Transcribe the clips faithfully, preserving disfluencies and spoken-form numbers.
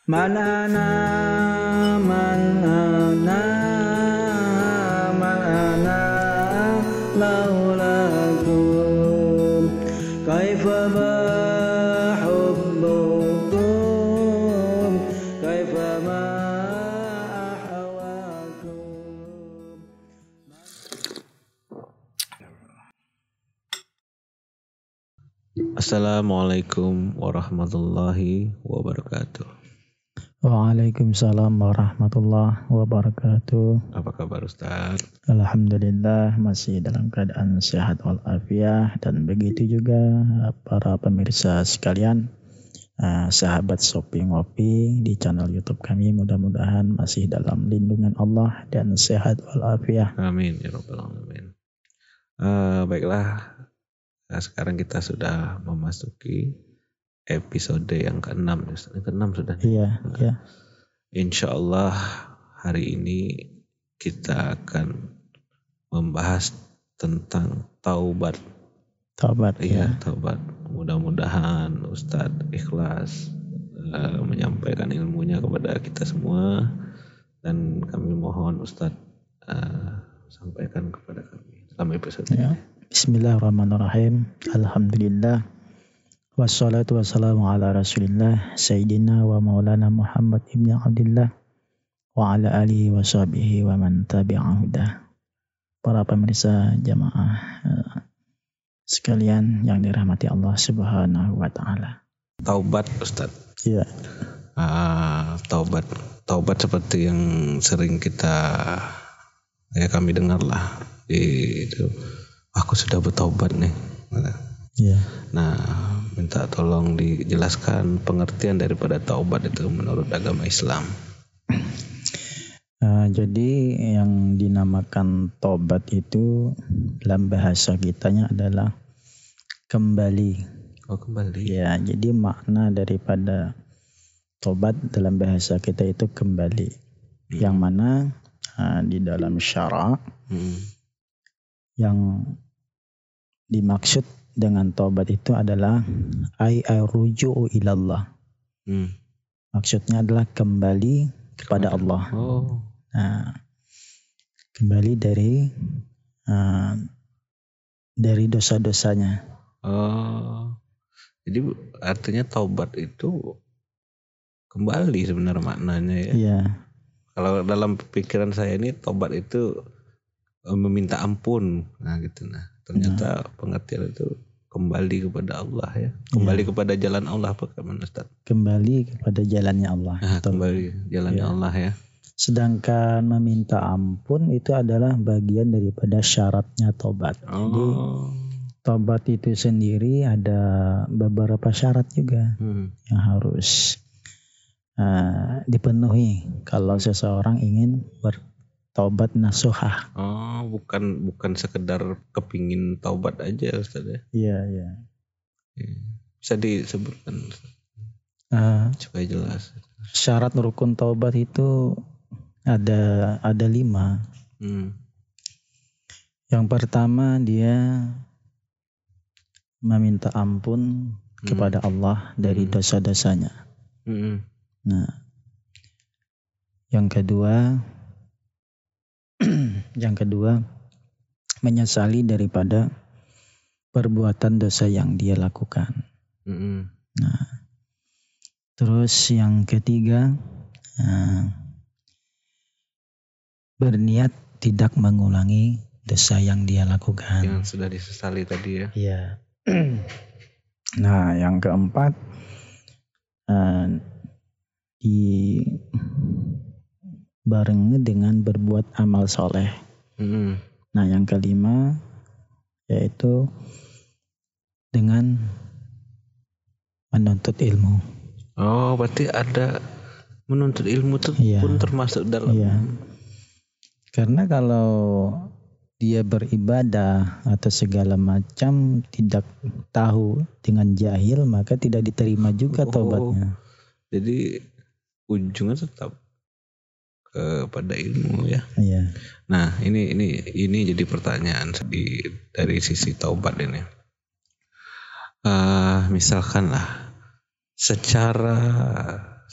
Manana manana manana laulakum kaifa ma hubbukum kaifa ma ahwakum. Assalamualaikum warahmatullahi wabarakatuh. Waalaikumsalam warahmatullahi wabarakatuh. Apa kabar Ustaz? Alhamdulillah masih dalam keadaan sehat walafiat, dan begitu juga para pemirsa sekalian, uh, sahabat Sopi Ngopi di channel YouTube kami, mudah-mudahan masih dalam lindungan Allah dan sehat walafiat. Amin ya rabbal alamin. Uh, baiklah, nah, sekarang kita sudah memasuki episode yang keenam, yang keenam sudah. Iya, nah, iya. Insya Allah hari ini kita akan membahas tentang taubat. Taubat. Iya, Ya. taubat. Mudah-mudahan Ustadz ikhlas uh, menyampaikan ilmunya kepada kita semua, dan kami mohon Ustadz uh, sampaikan kepada kami dalam episode Ya. ini. Bismillahirrahmanirrahim. Alhamdulillah. Wassalatu wassalamu ala rasulillah Sayyidina wa maulana Muhammad ibn Abdullah wa ala alihi wa sahbihi wa man tabi'ahu dah. Para pemirsa jamaah uh, sekalian yang dirahmati Allah subhanahu wa ta'ala. Taubat Ustaz. Iya. Uh, taubat. Taubat seperti yang sering kita, ya kami dengar lah. Itu, aku sudah bertaubat nih. Iya. Nah, minta tolong dijelaskan pengertian daripada taubat itu menurut agama Islam. Uh, jadi yang dinamakan taubat itu dalam bahasa kitanya adalah kembali. Oh, kembali. Ya, jadi makna daripada taubat dalam bahasa kita itu kembali. Hmm. Yang mana uh, di dalam syara hmm. yang dimaksud dengan taubat itu adalah ai ar-ruju'u ilallah. Hmm. Maksudnya adalah kembali kepada Allah. Oh. Nah, kembali dari uh, dari dosa-dosanya. Oh. Jadi artinya taubat itu kembali sebenarnya maknanya ya. Iya. Kalau dalam pikiran saya ini taubat itu uh, meminta ampun. Nah, gitu nah. Ternyata nah. pengertian itu kembali kepada Allah ya. Kembali ya. kepada jalan Allah, apa kaman Ustaz? Kembali kepada jalannya Allah. Nah, kembali jalannya ya. Allah ya. Sedangkan meminta ampun itu adalah bagian daripada syaratnya taubat. Oh. Jadi taubat itu sendiri ada beberapa syarat juga hmm. yang harus uh, dipenuhi kalau seseorang ingin ber taubat nasuhah. Oh, bukan bukan sekedar kepingin taubat aja Ustaz ya? Iya, iya. Bisa disebutkan uh, supaya jelas. Syarat rukun taubat itu ada ada lima. Hmm. Yang pertama dia meminta ampun hmm. kepada Allah dari hmm. dosa-dosanya. Hmm. Nah, yang kedua Yang kedua, menyesali daripada perbuatan dosa yang dia lakukan. Mm-hmm. Nah, terus yang ketiga, uh, berniat tidak mengulangi dosa yang dia lakukan. Yang sudah disesali tadi ya. Iya. Nah, yang keempat, uh, di barengi dengan berbuat amal soleh. Hmm. Nah, yang kelima yaitu dengan menuntut ilmu. Oh, berarti ada menuntut ilmu itu ya. Pun termasuk dalam. Ya. Karena kalau dia beribadah atau segala macam tidak tahu dengan jahil, maka tidak diterima juga taubatnya. Oh, jadi ujungnya tetap kepada ilmu ya. Iya. Nah, ini ini ini jadi pertanyaan di dari sisi taubat ini. Uh, misalkan lah secara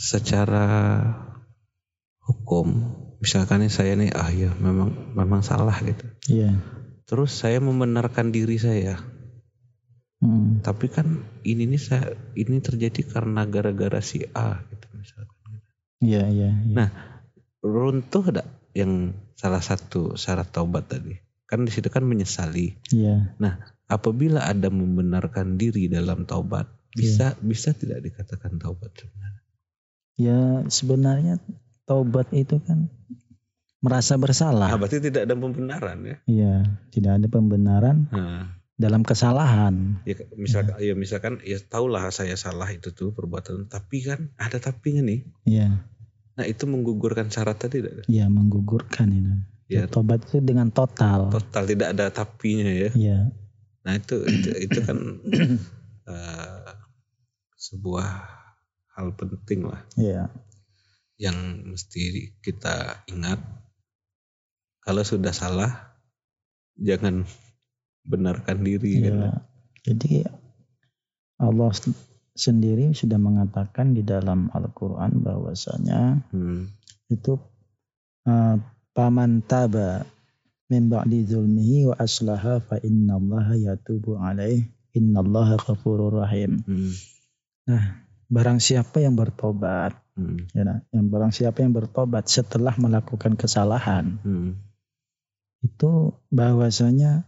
secara hukum, misalkan saya nih, ah ya memang memang salah gitu. Iya. Terus saya membenarkan diri saya. Hmm. Tapi kan ini nih saya ini terjadi karena gara-gara si A gitu misalkan. Iya, iya, iya. Nah, runtuh enggak yang salah satu syarat taubat tadi? Kan di situ kan menyesali. Iya. Nah, apabila ada membenarkan diri dalam taubat, bisa iya. bisa tidak dikatakan taubat sebenarnya? Ya, sebenarnya taubat itu kan merasa bersalah. Nah, berarti tidak ada pembenaran ya? Iya, tidak ada pembenaran hmm. dalam kesalahan. Ya, misalkan, ya. ya misalkan, ya tahulah saya salah itu tuh perbuatan, tapi kan ada tapinya nih. Iya. Nah, itu menggugurkan syarat tadi tidak? Iya, menggugurkan itu. Ya, tobat itu dengan total. Total, tidak ada tapinya ya. Iya. Nah itu itu, itu kan uh, sebuah hal penting lah. Iya. Yang mesti kita ingat, kalau sudah salah jangan benarkan diri. Iya. Kan? Jadi Allah sendiri sudah mengatakan di dalam Al-Quran bahwasanya hmm. itu uh, paman taba min ba'di zulmihi wa aslaha fa innallaha yatubu alaih innallaha ghafurur rahim. Hmm. Nah, barang siapa yang bertobat, hmm. ya, nah, yang barang siapa yang bertobat setelah melakukan kesalahan, hmm. itu bahwasanya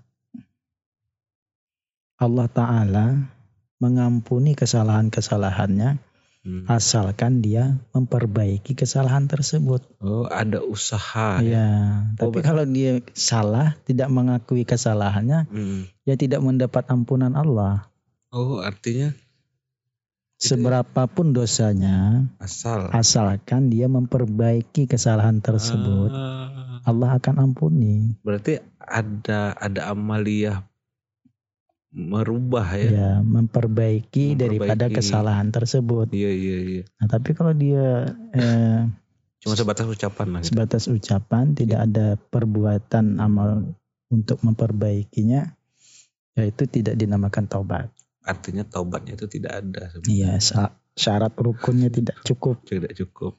Allah Ta'ala mengampuni kesalahan-kesalahannya, hmm. asalkan dia memperbaiki kesalahan tersebut. Oh, ada usaha. Ya, ya. Tapi oh, kalau dia salah, tidak mengakui kesalahannya, hmm. dia tidak mendapat ampunan Allah. Oh, artinya seberapapun dosanya, asal asalkan dia memperbaiki kesalahan tersebut, ah. Allah akan ampuni. Berarti ada ada amaliyah merubah ya, ya memperbaiki, memperbaiki daripada kesalahan tersebut. Iya iya iya. Nah, tapi kalau dia eh, cuma sebatas ucapan lah. Gitu. Sebatas ucapan, tidak ya. Ada perbuatan amal untuk memperbaikinya, ya itu tidak dinamakan taubat. Artinya taubatnya itu tidak ada. Iya, syarat rukunnya tidak cukup. Tidak cukup.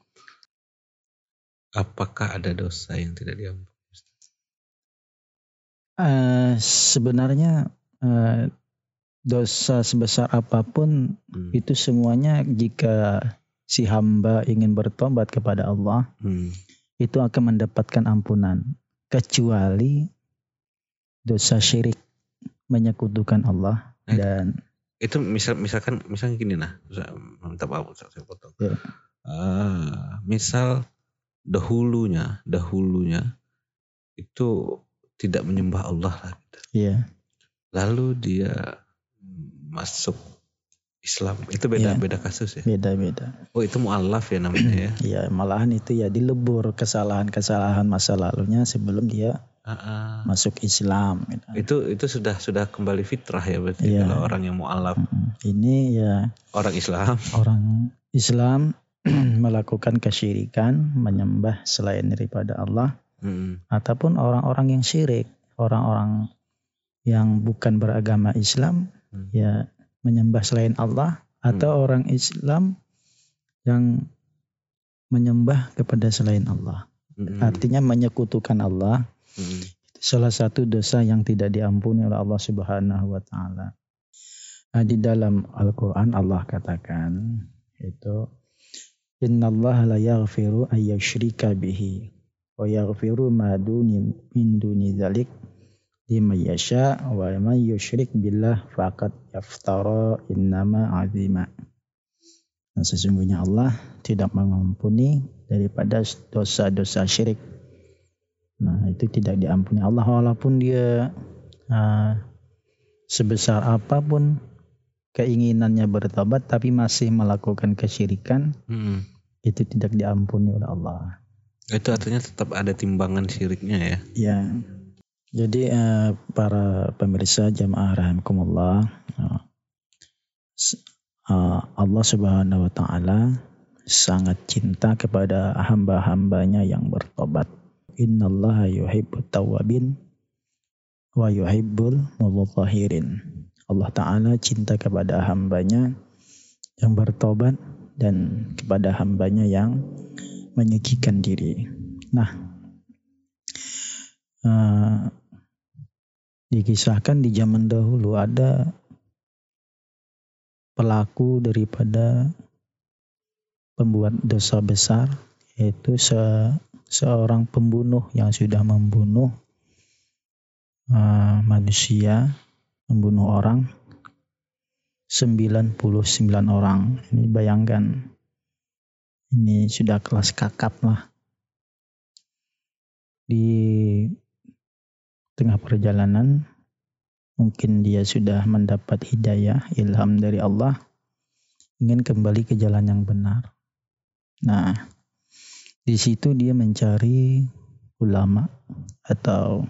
Apakah ada dosa yang tidak diampuni? Uh, sebenarnya Uh, dosa sebesar apapun hmm. itu semuanya jika si hamba ingin bertobat kepada Allah hmm. itu akan mendapatkan ampunan, kecuali dosa syirik, menyekutukan Allah. Nah, dan itu misal misalkan misalnya gini nah, minta maaf saya potong. Ya. Uh, misal dahulunya dahulunya itu tidak menyembah Allah lah gitu. Iya. Lalu dia masuk Islam, itu beda ya, beda kasus ya? Beda-beda. Oh, itu mu'allaf ya namanya ya? Iya, malahan itu ya dilebur kesalahan-kesalahan masa lalunya sebelum dia uh-uh. masuk Islam. Gitu. Itu itu sudah sudah kembali fitrah ya berarti ya. Kalau orang yang mu'allaf. Ini ya orang Islam. Orang Islam melakukan kesyirikan, menyembah selain daripada Allah, hmm. ataupun orang-orang yang syirik, orang-orang yang bukan beragama Islam, hmm. ya menyembah selain Allah, atau hmm. orang Islam yang menyembah kepada selain Allah. Hmm. Artinya menyekutukan Allah. Hmm. Salah satu dosa yang tidak diampuni oleh Allah Subhanahu wa taala. Nah, di dalam Al-Qur'an Allah katakan itu innallaha la yaghfiru ay yushrika bihi wa yaghfiru ma duni min duni dzalik liman yasha wa man yusyrik billah faqad yaftara innama azima. Nah, sesungguhnya Allah tidak mengampuni daripada dosa-dosa syirik. Nah, itu tidak diampuni Allah walaupun dia uh, sebesar apapun keinginannya bertobat tapi masih melakukan kesyirikan, hmm. itu tidak diampuni oleh Allah. Itu artinya tetap ada timbangan syiriknya ya? Ya. Jadi uh, para pemirsa jamaah rahimakumullah, uh, uh, Allah Subhanahu wa taala sangat cinta kepada hamba-hambanya yang bertobat. Innallaha yuhibbut tawwabin wa yuhibbul mutatahhirin. Allah Ta'ala cinta kepada hambanya yang bertobat dan kepada hambanya yang menyucikan diri. Nah, uh, dikisahkan di zaman dahulu ada pelaku daripada pembuat dosa besar, yaitu se- seorang pembunuh yang sudah membunuh uh, manusia, membunuh orang sembilan puluh sembilan orang. Ini bayangkan, ini sudah kelas kakap lah. Di tengah perjalanan mungkin dia sudah mendapat hidayah, ilham dari Allah, ingin kembali ke jalan yang benar. Nah, di situ dia mencari ulama atau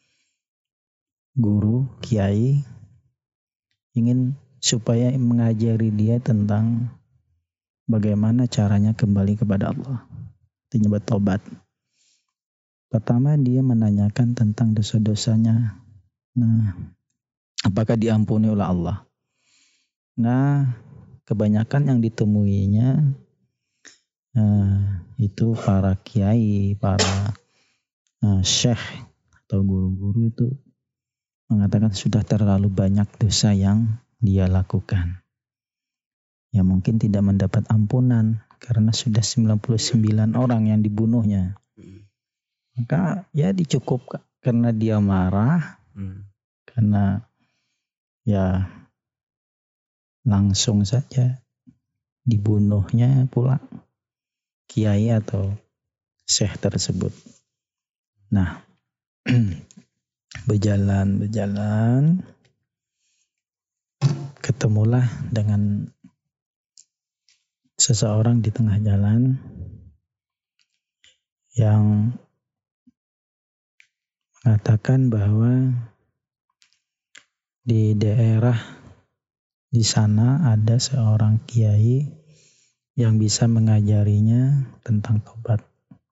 guru, kiai, ingin supaya mengajari dia tentang bagaimana caranya kembali kepada Allah, artinya bertobat. Pertama dia menanyakan tentang dosa-dosanya. Nah, apakah diampuni oleh Allah? Nah, kebanyakan yang ditemuinya eh, itu para kiai, para eh, syekh atau guru-guru itu mengatakan sudah terlalu banyak dosa yang dia lakukan. Ya mungkin tidak mendapat ampunan karena sudah sembilan puluh sembilan orang yang dibunuhnya. Maka ya dicukupkan karena dia marah, hmm. karena ya langsung saja dibunuhnya pula kiai atau syekh tersebut. Nah, berjalan-berjalan ketemulah dengan seseorang di tengah jalan yang mengatakan bahwa di daerah di sana ada seorang kiai yang bisa mengajarinya tentang tobat,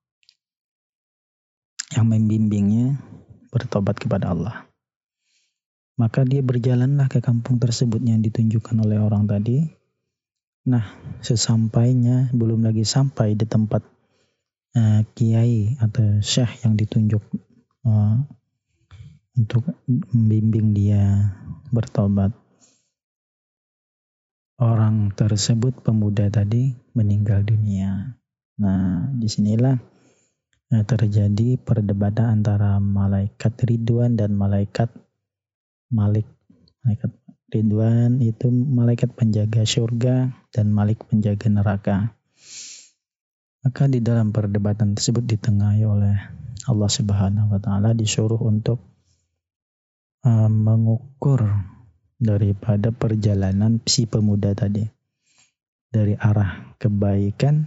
yang membimbingnya bertobat kepada Allah. Maka dia berjalanlah ke kampung tersebut yang ditunjukkan oleh orang tadi. Nah, sesampainya, belum lagi sampai di tempat uh, kiai atau syekh yang ditunjuk uh, untuk membimbing dia bertobat, orang tersebut, pemuda tadi, meninggal dunia. Nah, disinilah uh, terjadi perdebatan antara malaikat Ridwan dan malaikat Malik. Malaikat Ridwan itu malaikat penjaga surga dan Malik penjaga neraka. Maka di dalam perdebatan tersebut ditengahi oleh Allah Subhanahu wa taala, disuruh untuk uh, mengukur daripada perjalanan si pemuda tadi dari arah kebaikan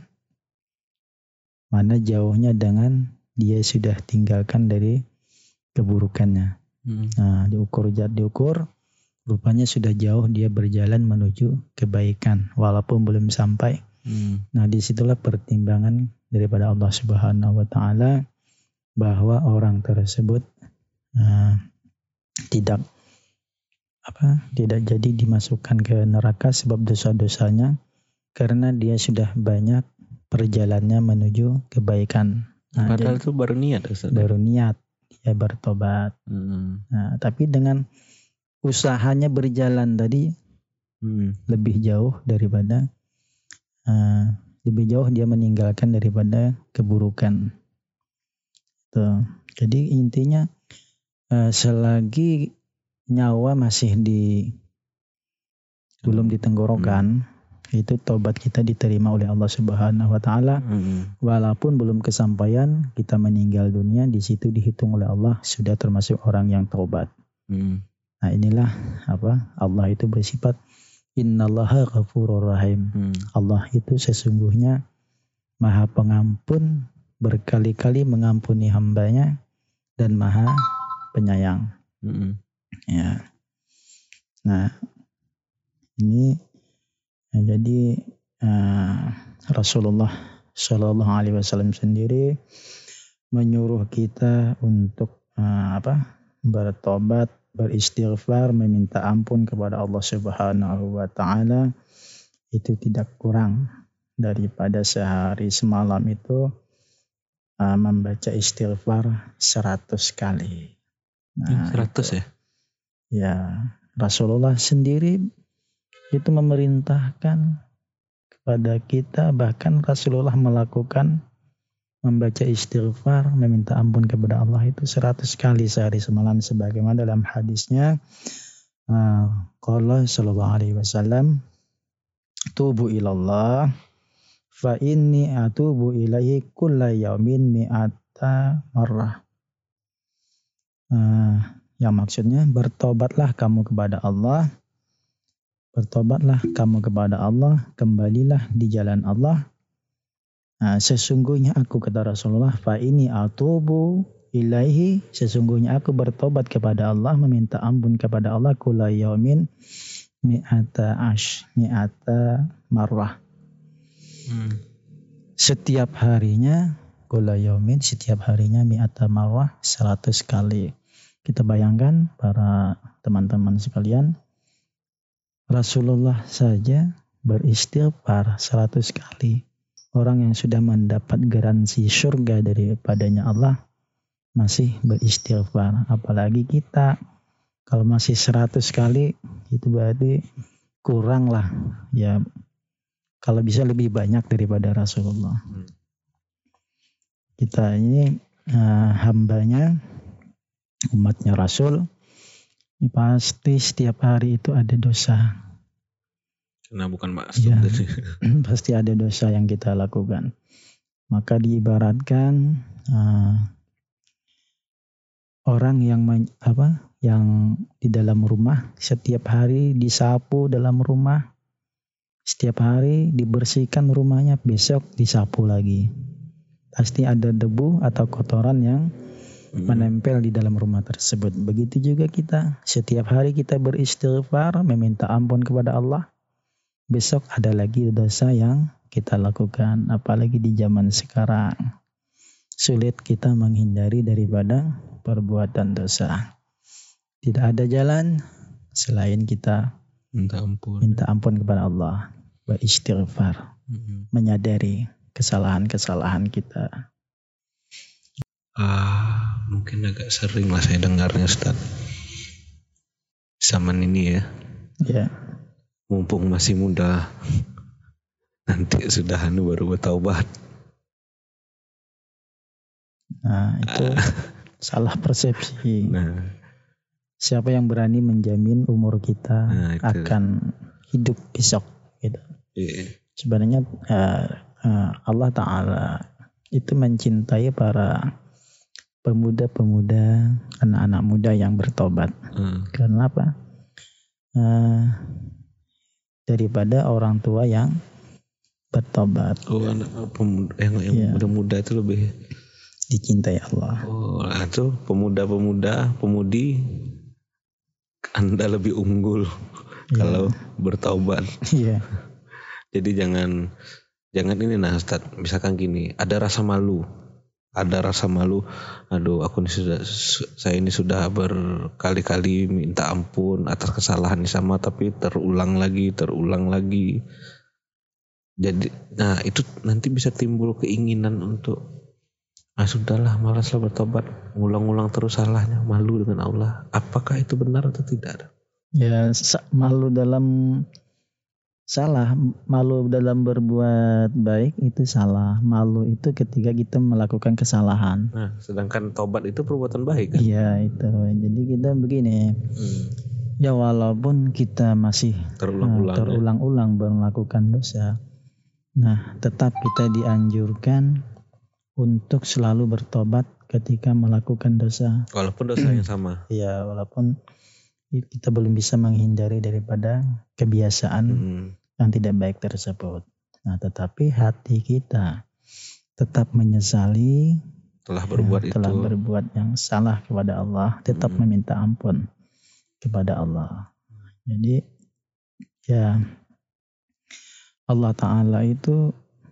mana jauhnya dengan dia sudah tinggalkan dari keburukannya. Hmm. Nah, diukur diukur rupanya sudah jauh dia berjalan menuju kebaikan walaupun belum sampai. Hmm. Nah, disitulah pertimbangan daripada Allah Subhanahu wa taala bahwa orang tersebut uh, tidak apa tidak jadi dimasukkan ke neraka sebab dosa-dosanya karena dia sudah banyak perjalanannya menuju kebaikan. Nah, padahal itu baru niat, Ustaz. Baru niat dia bertobat. Hmm. Nah, tapi dengan usahanya berjalan tadi hmm. lebih jauh daripada uh, lebih jauh dia meninggalkan daripada keburukan. Tuh. Jadi intinya uh, selagi nyawa masih di belum di tenggorokan, hmm. itu tobat kita diterima oleh Allah Subhanahu wa taala. Hmm. Walaupun belum kesampaian kita meninggal dunia, di situ dihitung oleh Allah sudah termasuk orang yang tobat. Hmm. Nah, inilah apa? Allah itu bersifat innallaha ghafurur rahim. Hmm. Allah itu sesungguhnya Maha Pengampun, berkali-kali mengampuni hambanya dan Maha Penyayang. Hmm. Ya. Nah, ini ya, jadi uh, Rasulullah Shallallahu Alaihi Wasallam sendiri menyuruh kita untuk uh, apa? bertobat, beristighfar, meminta ampun kepada Allah Subhanahu wa taala, itu tidak kurang daripada sehari semalam itu uh, membaca istighfar seratus kali. Nah, seratus ya? Ya, Rasulullah sendiri itu memerintahkan kepada kita, bahkan Rasulullah melakukan membaca istighfar, meminta ampun kepada Allah itu seratus kali sehari semalam, sebagaimana dalam hadisnya qala sallallahu alaihi wasallam, tubu ilallah fa inni atubu ilaihi kulla yaumin mi'ata marrah. Uh, yang maksudnya, bertobatlah kamu kepada Allah, bertobatlah kamu kepada Allah, kembalilah di jalan Allah. Nah, sesungguhnya aku, kata Rasulullah, fa ini atubu ilaihi, sesungguhnya aku bertobat kepada Allah, meminta ampun kepada Allah, kula yaumin mi'ata ash, mi'ata marrah. Hmm. Setiap harinya, kula yaumin, setiap harinya mi'ata marrah, seratus kali. Kita bayangkan para teman-teman sekalian, Rasulullah saja beristighfar seratus kali. Orang yang sudah mendapat garansi surga daripadanya Allah masih beristighfar. Apalagi kita, kalau masih seratus kali, itu berarti kurang lah. Ya, kalau bisa lebih banyak daripada Rasulullah. Kita ini uh, hambanya, umatnya Rasul, pasti setiap hari itu ada dosa. Karena bukan maksud. Ya, pasti ada dosa yang kita lakukan. Maka diibaratkan uh, orang yang men, apa, yang di dalam rumah setiap hari disapu dalam rumah, setiap hari dibersihkan rumahnya, besok disapu lagi. Pasti ada debu atau kotoran yang hmm. menempel di dalam rumah tersebut. Begitu juga kita, setiap hari kita beristighfar, meminta ampun kepada Allah. Besok ada lagi dosa yang kita lakukan, apalagi di zaman sekarang. Sulit kita menghindari daripada perbuatan dosa. Tidak ada jalan selain kita minta ampun, minta ampun kepada Allah, beristighfar, mm-hmm. menyadari kesalahan-kesalahan kita. Ah, mungkin agak sering lah saya dengarnya, Ustaz. Zaman ini ya. Ya. Mumpung masih muda, nanti sudah anu baru bertaubat. Nah, itu ah. salah persepsi. Nah, siapa yang berani menjamin umur kita nah, akan hidup besok? Gitu. Yeah. Sebenarnya uh, uh, Allah Ta'ala itu mencintai para pemuda-pemuda, anak-anak muda yang bertobat. Hmm. Karena apa? Uh, daripada orang tua yang bertobat. Oh, anak pemuda yang, yang yeah. muda-muda itu lebih dicintai Allah. Oh, itu pemuda-pemuda, pemudi, Anda lebih unggul yeah. kalau bertaubat. Iya. Yeah. Jadi jangan jangan ini nah Ustaz, misalkan gini, ada rasa malu. Ada rasa malu, aduh aku ini sudah saya ini sudah berkali-kali minta ampun atas kesalahan ini sama, tapi terulang lagi, terulang lagi. Jadi, nah itu nanti bisa timbul keinginan untuk, ah sudahlah, malaslah bertobat, ngulang-ngulang terus salahnya, malu dengan Allah. Apakah itu benar atau tidak? Ya, malu dalam salah, malu dalam berbuat baik itu salah. Malu itu ketika kita melakukan kesalahan. Nah, sedangkan tobat itu perbuatan baik kan? Iya, itu. Jadi kita begini. Hmm. Ya walaupun kita masih terulang-ulang, uh, terulang-ulang ya? melakukan dosa. Nah, tetap kita dianjurkan untuk selalu bertobat ketika melakukan dosa. Walaupun dosa yang sama. Iya, walaupun kita belum bisa menghindari daripada kebiasaan hmm. yang tidak baik tersebut. Nah, tetapi hati kita tetap menyesali telah berbuat ya, telah itu. berbuat yang salah kepada Allah, tetap hmm. meminta ampun kepada Allah. Jadi ya Allah Ta'ala itu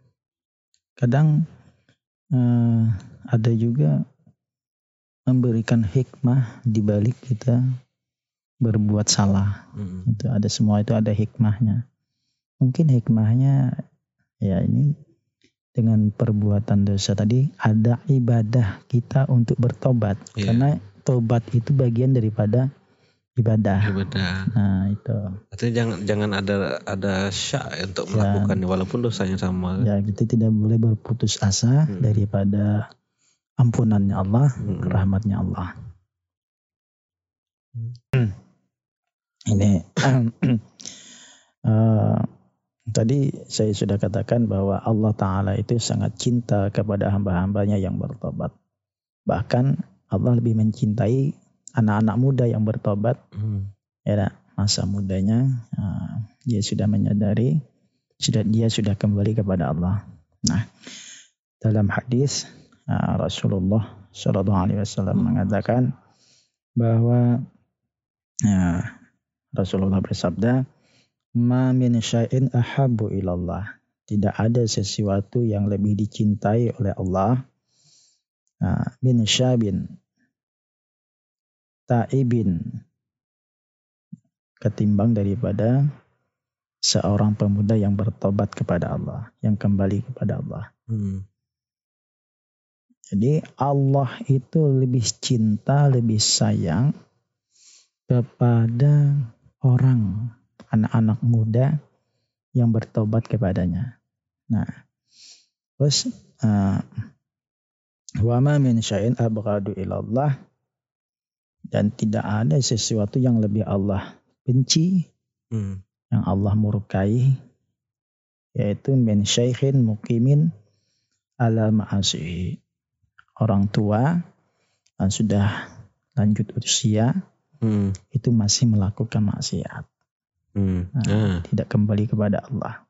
kadang eh, ada juga memberikan hikmah di balik kita berbuat salah. Hmm. Itu ada, semua itu ada hikmahnya. Mungkin hikmahnya Ya, ini dengan perbuatan dosa tadi ada ibadah kita untuk bertobat. Iya. Karena tobat itu bagian daripada ibadah. Ibadah. Nah, itu. Artinya jangan jangan ada ada syak untuk Ya. melakukannya walaupun dosanya sama. Ya, kita tidak boleh berputus asa Hmm. daripada ampunannya Allah, Hmm. rahmatnya Allah. Ini uh, tadi saya sudah katakan bahwa Allah Ta'ala itu sangat cinta kepada hamba-hambanya yang bertobat. Bahkan Allah lebih mencintai anak-anak muda yang bertobat. Hmm. Ya, masa mudanya uh, dia sudah menyadari, sudah dia sudah kembali kepada Allah. Nah, dalam hadis uh, Rasulullah Shallallahu Alaihi Wasallam mengatakan bahwa uh, Rasulullah bersabda, "Ma min syai'in ahabbu ilallah." Tidak ada sesuatu yang lebih dicintai oleh Allah uh, min syabin ta'ibin ketimbang daripada seorang pemuda yang bertobat kepada Allah, yang kembali kepada Allah. Hmm. Jadi Allah itu lebih cinta, lebih sayang kepada orang, anak-anak muda yang bertobat kepadanya. Nah, terus uh, wa ma min syai'in abghadu ilallah, dan tidak ada sesuatu yang lebih Allah benci, Hmm. yang Allah murkai, yaitu min syaikhin muqimin ala ma'asi, orang tua yang sudah lanjut usia, Hmm. itu masih melakukan maksiat. Hmm. Nah, Ah. tidak kembali kepada Allah.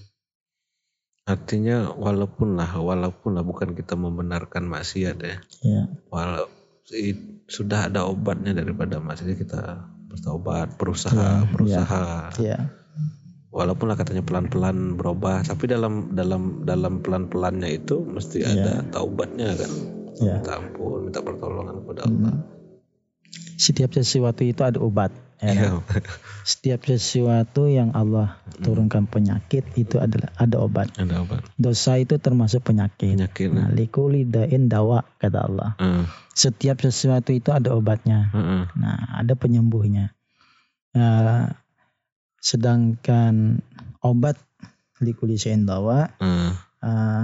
Artinya walaupun lah, walaupun lah bukan kita membenarkan maksiat ya. Ya, Walau i- sudah ada obatnya daripada maksiat, kita bertobat, berusaha, Ya, berusaha. ya, Walaupun lah katanya pelan-pelan berubah, tapi dalam dalam dalam pelan-pelannya itu mesti Ya. ada taubatnya kan. Ya. Minta ampun, minta pertolongan kepada Allah. Hmm. Setiap sesuatu itu ada obat. Ya, Iya. setiap sesuatu yang Allah turunkan penyakit itu adalah ada obat. Ada obat. Dosa itu termasuk penyakit. Penyakit. Nah, likuli dain dawa kata Allah. Ah, Setiap sesuatu itu ada obatnya. ah, ah. Nah, ada penyembuhnya. Nah, sedangkan obat likuli dain dawa, Ah, uh,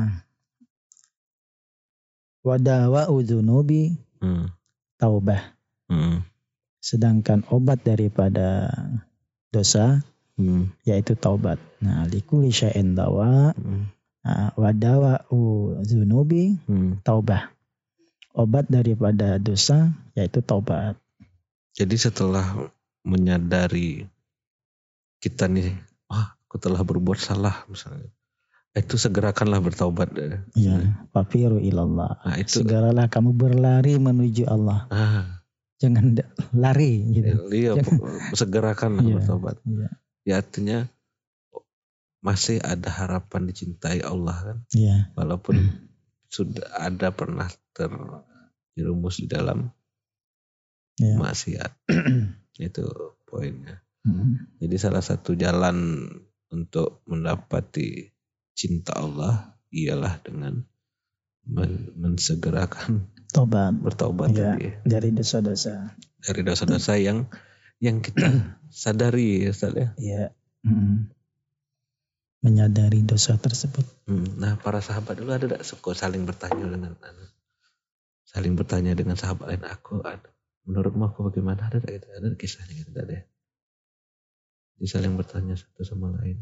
wadawa udzunubi ah, taubah. ah. Sedangkan obat daripada dosa Hmm, yaitu taubat. Nah, likuli syai'in dawa, hmm, uh, wadawa udzunubi hmm. taubah. Obat daripada dosa yaitu taubat. Jadi setelah menyadari kita nih, wah aku telah berbuat salah misalnya, itu segerakanlah bertaubat. Ya, fafiru ilallah. Nah itu, Segeralah kamu berlari menuju Allah. ah, Jangan da- lari gitu. iya, segerakanlah Iya. bertobat. Iya. Ya artinya masih ada harapan dicintai Allah kan, Iya. walaupun sudah ada pernah terjerumus di dalam Iya. maksiat. Itu poinnya. Hmm. Jadi salah satu jalan untuk mendapati cinta Allah ialah dengan men- mensegerakan Tobat. bertaubat Iya. tadi Dari dosa-dosa. dari dosa-dosa yang yang kita sadari ya Ustaz ya. Iya. Hmm. Menyadari dosa tersebut. Hmm, Nah para sahabat dulu ada tak suka saling bertanya dengan saling bertanya dengan sahabat lain, aku ada menurutmu aku bagaimana, ada tak gitu, ada tak kisahnya gitu tak ada. Jadi saling bertanya satu sama lain.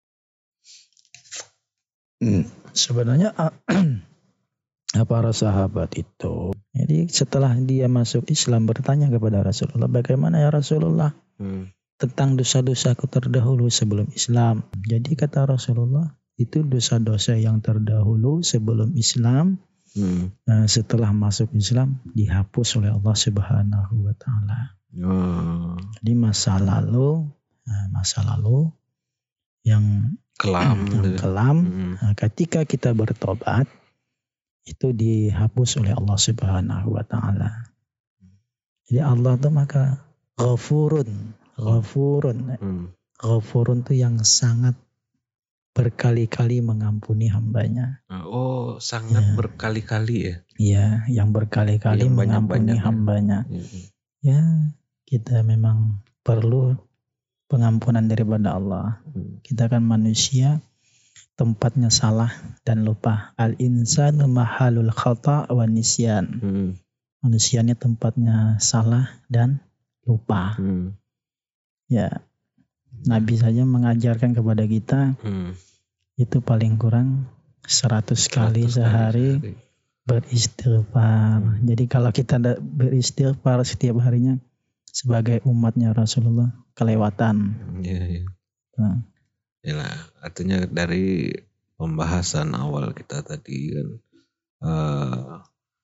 Hmm. Sebenarnya para sahabat itu, jadi setelah dia masuk Islam bertanya kepada Rasulullah, bagaimana ya Rasulullah Hmm. tentang dosa-dosaku terdahulu sebelum Islam. Jadi kata Rasulullah, itu dosa-dosa yang terdahulu sebelum Islam, Hmm. nah, setelah masuk Islam dihapus oleh Allah Subhanahu wa taala. Oh, Jadi masa lalu, nah, masa lalu yang kelam. yang gitu. kelam, Hmm. nah, ketika kita bertobat itu dihapus oleh Allah Subhanahu wa taala. Jadi Allah itu maka ghafurun, ghafurun. Hmm. Ghafurun itu yang sangat berkali-kali mengampuni hambanya. Oh, sangat Ya. berkali-kali ya. Iya, yang berkali-kali Yang mengampuni banyak-banyak ya. hambanya. Mm-mm. Ya, kita memang perlu pengampunan daripada Allah. Mm. Kita kan manusia, tempatnya salah dan lupa. Al-insanu mahalul khata' wa nisyan. Mm. Manusia ini tempatnya salah dan lupa. Mm. Ya, Nabi saja mengajarkan kepada kita Mm. itu paling kurang seratus kali seratus sehari sehari. beristighfar. Hmm. Jadi kalau kita tidak beristighfar setiap harinya sebagai umatnya Rasulullah kelewatan. Iya, iya. Nah, Yalah, artinya dari pembahasan awal kita tadi kan eh,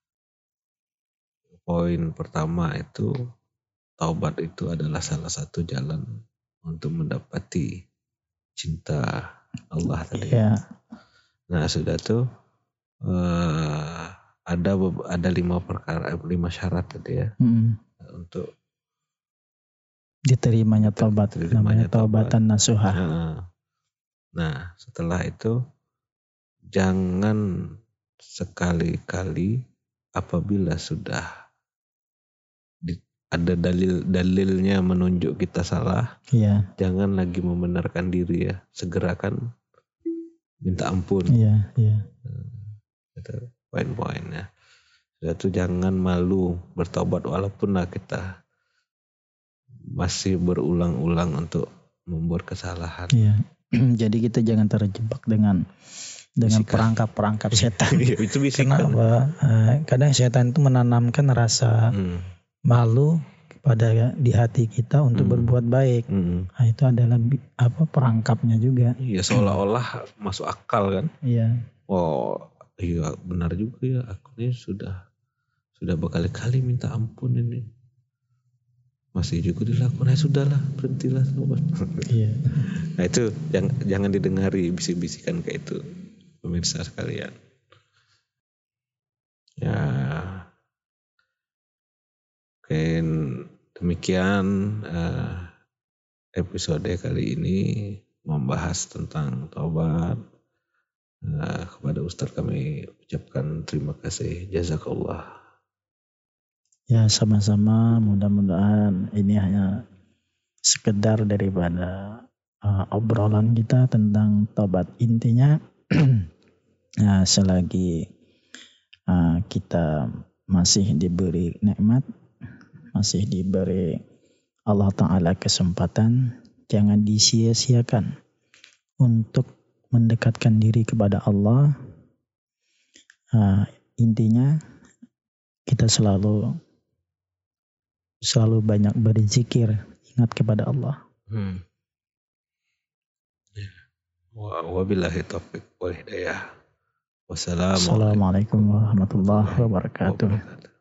poin pertama itu taubat itu adalah salah satu jalan untuk mendapati cinta Allah tadi. ya, Nah sudah tuh eh, ada beb- ada lima perkara lima syarat tadi ya mm, untuk diterimanya taubat, Diterimanya namanya taubatan nasuha. Nah, nah setelah itu jangan sekali-kali apabila sudah di- ada dalil-dalilnya menunjuk kita salah, Iya, jangan lagi membenarkan diri ya, segerakan minta ampun. iya, iya. Itu poin-poinnya. Sudah itu jangan malu bertobat walaupun lah kita masih berulang-ulang untuk membuat kesalahan. Iya. Jadi kita jangan terjebak dengan dengan Bisikan. perangkap-perangkap setan. Iya, itu bisikan. Kenapa? Eh, kadang setan itu menanamkan rasa Hmm. malu pada di hati kita untuk Hmm. berbuat baik. Hmm. Nah, itu adalah bi- apa perangkapnya juga. Iya, seolah-olah masuk akal kan. Iya. Oh iya benar juga ya, aku ini sudah sudah berkali-kali minta ampun ini. Masih juga dilakukan, ya sudahlah berhentilah. Iya. Nah itu jangan, jangan didengari bisik-bisikan kayak itu pemirsa sekalian. Ya mungkin demikian eh, episode kali ini membahas tentang taubat. Eh, kepada Ustadz kami ucapkan terima kasih, jazakallah. Ya, sama-sama. Mudah-mudahan ini hanya sekedar daripada uh, obrolan kita tentang tobat. Intinya, nah, selagi uh, kita masih diberi nikmat, masih diberi Allah Ta'ala kesempatan, jangan disia-siakan untuk mendekatkan diri kepada Allah. Uh, intinya, kita selalu selalu banyak berzikir, ingat kepada Allah. Hmm. Ya. Wa wabillahi taufiq wal hidayah. Wassalamualaikum Assalamualaikum warahmatullahi wabarakatuh. wabarakatuh.